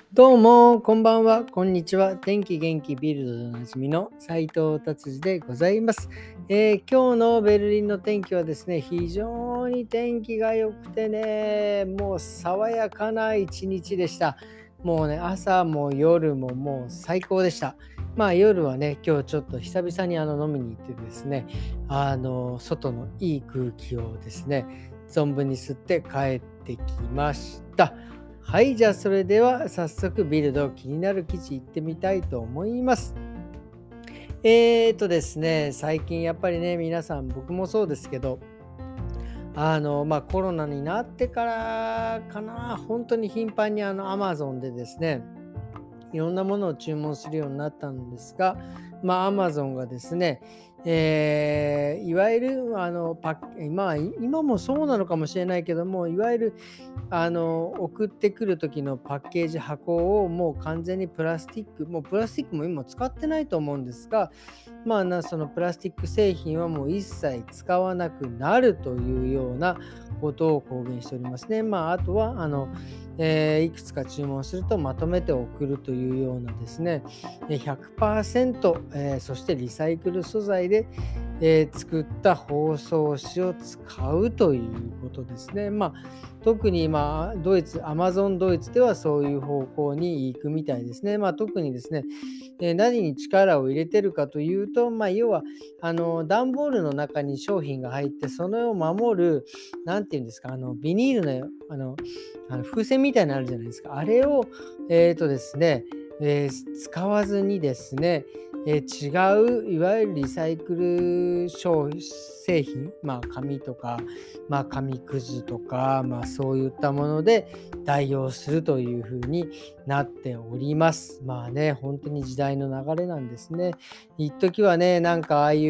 どうも、こんばんは、こんにちは。天気元気ビルドでおなじみの斉藤達治でございます。今日のベルリンの天気はですね、非常に天気が良くてね、もう爽やかな一日でした。もうね、朝も夜ももう最高でした。夜はね、今日ちょっと久々に飲みに行ってですね、外のいい空気をですね、存分に吸って帰ってきました。はい、じゃあそれでは早速ビルド気になる記事いってみたいと思います。ですね、最近やっぱりね、皆さん僕もそうですけど、コロナになってからかな、本当に頻繁にAmazon でですね、いろんなものを注文するようになったんですが、Amazon がですね、いわゆる今もそうなのかもしれないけども、いわゆる送ってくる時のパッケージ、箱をもう完全にプラスチックも今使ってないと思うんですが、そのプラスチック製品はもう一切使わなくなるというようなことを公言しておりますね。あとはいくつか注文するとまとめて送るというようなですね、100%、そしてリサイクル素材で、作った包装紙を使うということですね。特に今、アマゾンドイツではそういう方向に行くみたいですね。特にですね、何に力を入れてるかというと、要は、段ボールの中に商品が入って、それを守る、なんていうんですか、ビニールの、風船みたいなのあるじゃないですか。あれを、ですね、使わずにですね、違ういわゆるリサイクル製品、紙とか、紙くずとか、そういったもので代用するという風になっております。本当に時代の流れなんですね。一時はね、なんかああいう、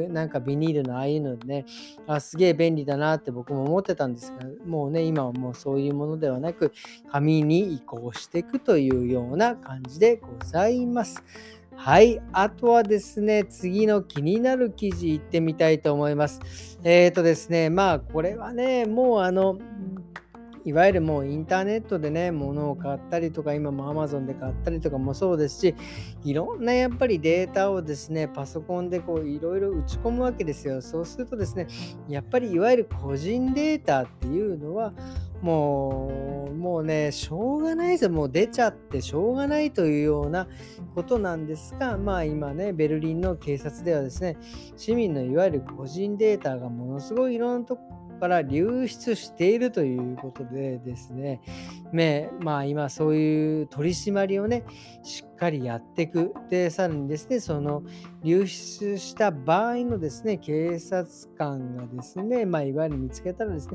なんかビニールのああいうのでね、すげえ便利だなって僕も思ってたんですが、もうね、今はもうそういうものではなく、紙に移行していくというような感じでございます。はい、あとはですね、次の気になる記事いってみたいと思います。ですね、これはね、もういわゆるもうインターネットでね、物を買ったりとか、今も Amazon で買ったりとかもそうですし、いろんなやっぱりデータをですね、パソコンでこういろいろ打ち込むわけですよ。そうするとですね、やっぱりいわゆる個人データっていうのは、もうね、しょうがないですよ。もう出ちゃってしょうがないというようなことなんですが、今ね、ベルリンの警察ではですね、市民のいわゆる個人データがものすごいいろんなとこから流出しているということでですね、今そういう取り締まりをね、しっかりやっていく。で、さらにですね、その流出した場合のですね、警察官がですね、いわゆる見つけたらですね、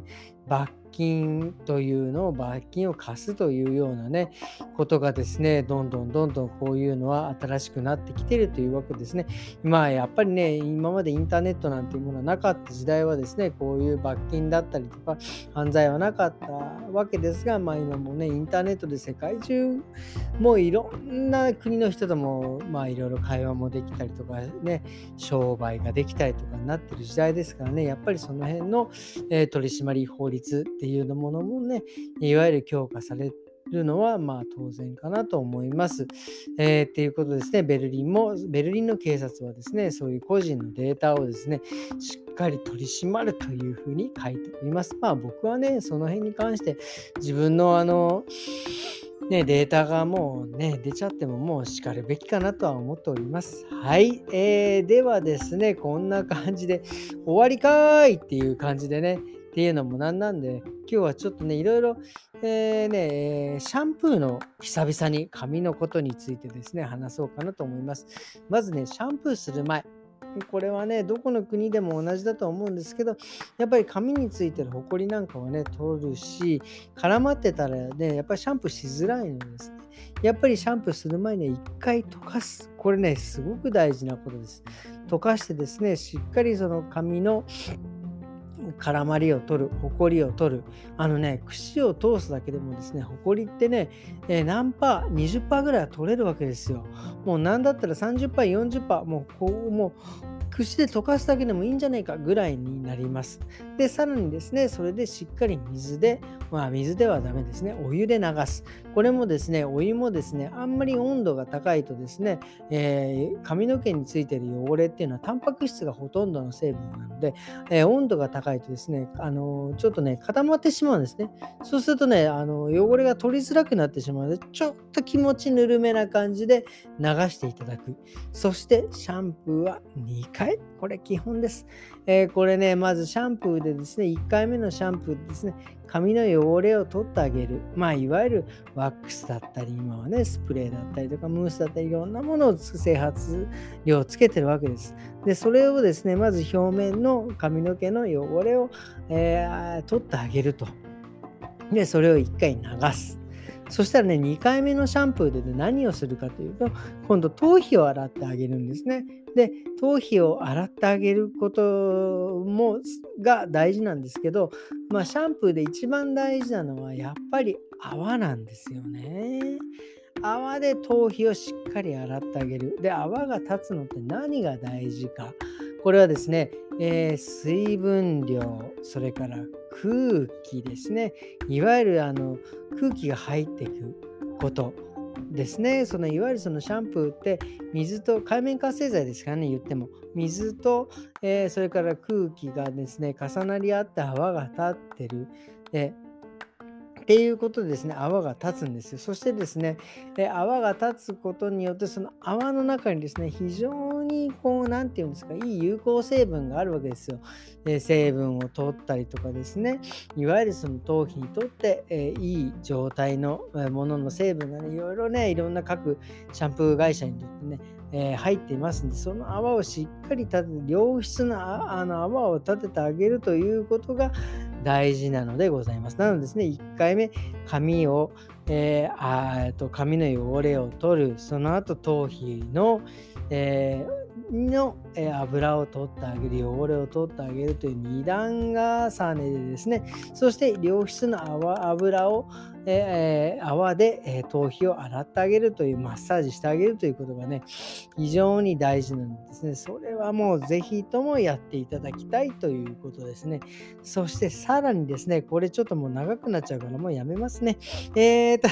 罰金を課すというようなね、ことがですね、どんどんこういうのは新しくなってきているというわけですね。やっぱりね、今までインターネットなんていうものはなかった時代はですね、こういう罰金だったりとか、犯罪はなかったわけですが、今もね、インターネットで世界中、もういろんな国の人とも、いろいろ会話もできたりとかね、商売ができたりとかになってる時代ですからね、やっぱりその辺の、取締法律っていうものもね、いわゆる強化されるのは当然かなと思います。っていうことですね、ベルリンの警察はですね、そういう個人のデータをですね、しっかり取り締まるというふうに書いております。僕はね、その辺に関して自分のデータがもうね、出ちゃってももう叱るべきかなとは思っております。はい。ではですね、こんな感じで終わりかーいっていう感じでね、っていうのもなんで、今日はちょっとね、いろいろ、シャンプーの久々に髪のことについてですね、話そうかなと思います。まずね、シャンプーする前。これはね、どこの国でも同じだと思うんですけど、やっぱり髪についてるホコリなんかはね、取るし、絡まってたらね、やっぱりシャンプーしづらいのですね。やっぱりシャンプーする前に一回溶かす。これね、すごく大事なことです。溶かしてですね、しっかりその髪の絡まりを取る、ほこりを取る。櫛を通すだけでもですね、ほこりってね、何パー、20%ぐらいは取れるわけですよ。もうなんだったら30%、40%、もう口で溶かすだけでもいいんじゃないかぐらいになります。で、さらにですね、それでしっかり水で、水ではダメですね、お湯で流す。これもですね、お湯もですね、あんまり温度が高いとですね、髪の毛についている汚れっていうのはタンパク質がほとんどの成分なので、温度が高いとですね、ちょっとね、固まってしまうんですね。そうするとね、汚れが取りづらくなってしまうので、ちょっと気持ちぬるめな感じで流していただく。そしてシャンプーは2回。これ基本です。これね、まずシャンプーでですね、1回目のシャンプーでですね、髪の汚れを取ってあげる。いわゆるワックスだったり、今はね、スプレーだったりとか、ムースだったり、いろんなものを整髪料をつけてるわけです。で、それをですね、まず表面の髪の毛の汚れを、取ってあげると。で、それを1回流す。そしたらね、2回目のシャンプーでね、何をするかというと、今度頭皮を洗ってあげるんですね。で、頭皮を洗ってあげることが大事なんですけど、シャンプーで一番大事なのはやっぱり泡なんですよね。泡で頭皮をしっかり洗ってあげる。で、泡が立つのって何が大事か。これはですね、水分量、それから空気ですね。いわゆる空気が入っていくことですね。いわゆるそのシャンプーって水と界面活性剤ですからね、言っても。水と、それから空気がですね、重なり合って泡が立ってる。っていうことでですね、泡が立つんですよ。そしてですね、泡が立つことによって、その泡の中にですね、非常になんていうんですか、いい有効成分があるわけですよ。成分を取ったりとかですね、いわゆるその頭皮にとって、いい状態の、ものの成分がね、いろいろね、いろんな各シャンプー会社にとってね、入っていますんで、その泡をしっかり立てて、良質な泡を立ててあげるということが大事なのでございます。なのでですね、1回目、髪を、髪の汚れを取る、その後頭皮の、油を取ってあげる、汚れを取ってあげるという二段重ねでですね、そして良質な油を、泡で、頭皮を洗ってあげるというマッサージしてあげるということがね、非常に大事なんですね。それはもうぜひともやっていただきたいということですね。そしてさらにですね、これちょっともう長くなっちゃうからもうやめますね。えーと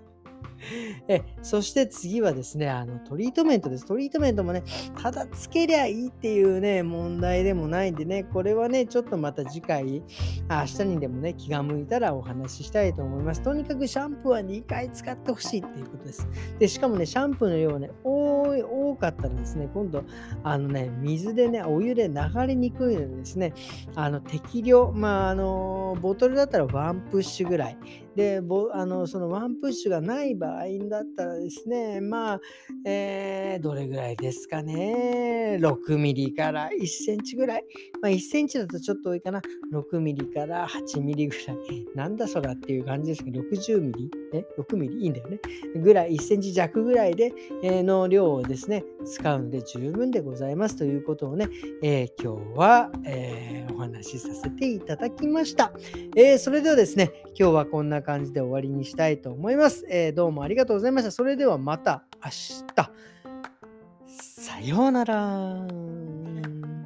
そして次はですね、トリートメントです。トリートメントもね、ただつけりゃいいっていうね、問題でもないんでね、これはね、ちょっとまた次回、明日にでもね、気が向いたらお話ししたいと思います。とにかくシャンプーは2回使ってほしいっていうことです。で、しかもね、シャンプーの量はね、多かったらですね、今度、水でね、お湯で流れにくいのでですね、適量、ボトルだったらワンプッシュぐらい。で、そのワンプッシュがない場合だったらですね、どれぐらいですかね。6ミリから1センチぐらい。1センチだとちょっと多いかな。6ミリから8ミリぐらい。なんだそらっていう感じですけど、60ミリ6ミリいいんだよね。ぐらい、1センチ弱ぐらいで、の量をですね、使うので十分でございますということをね、今日は、お話しさせていただきました。それではですね、今日はこんな感じで終わりにしたいと思います。どうもありがとうございました。それではまた明日。さようなら。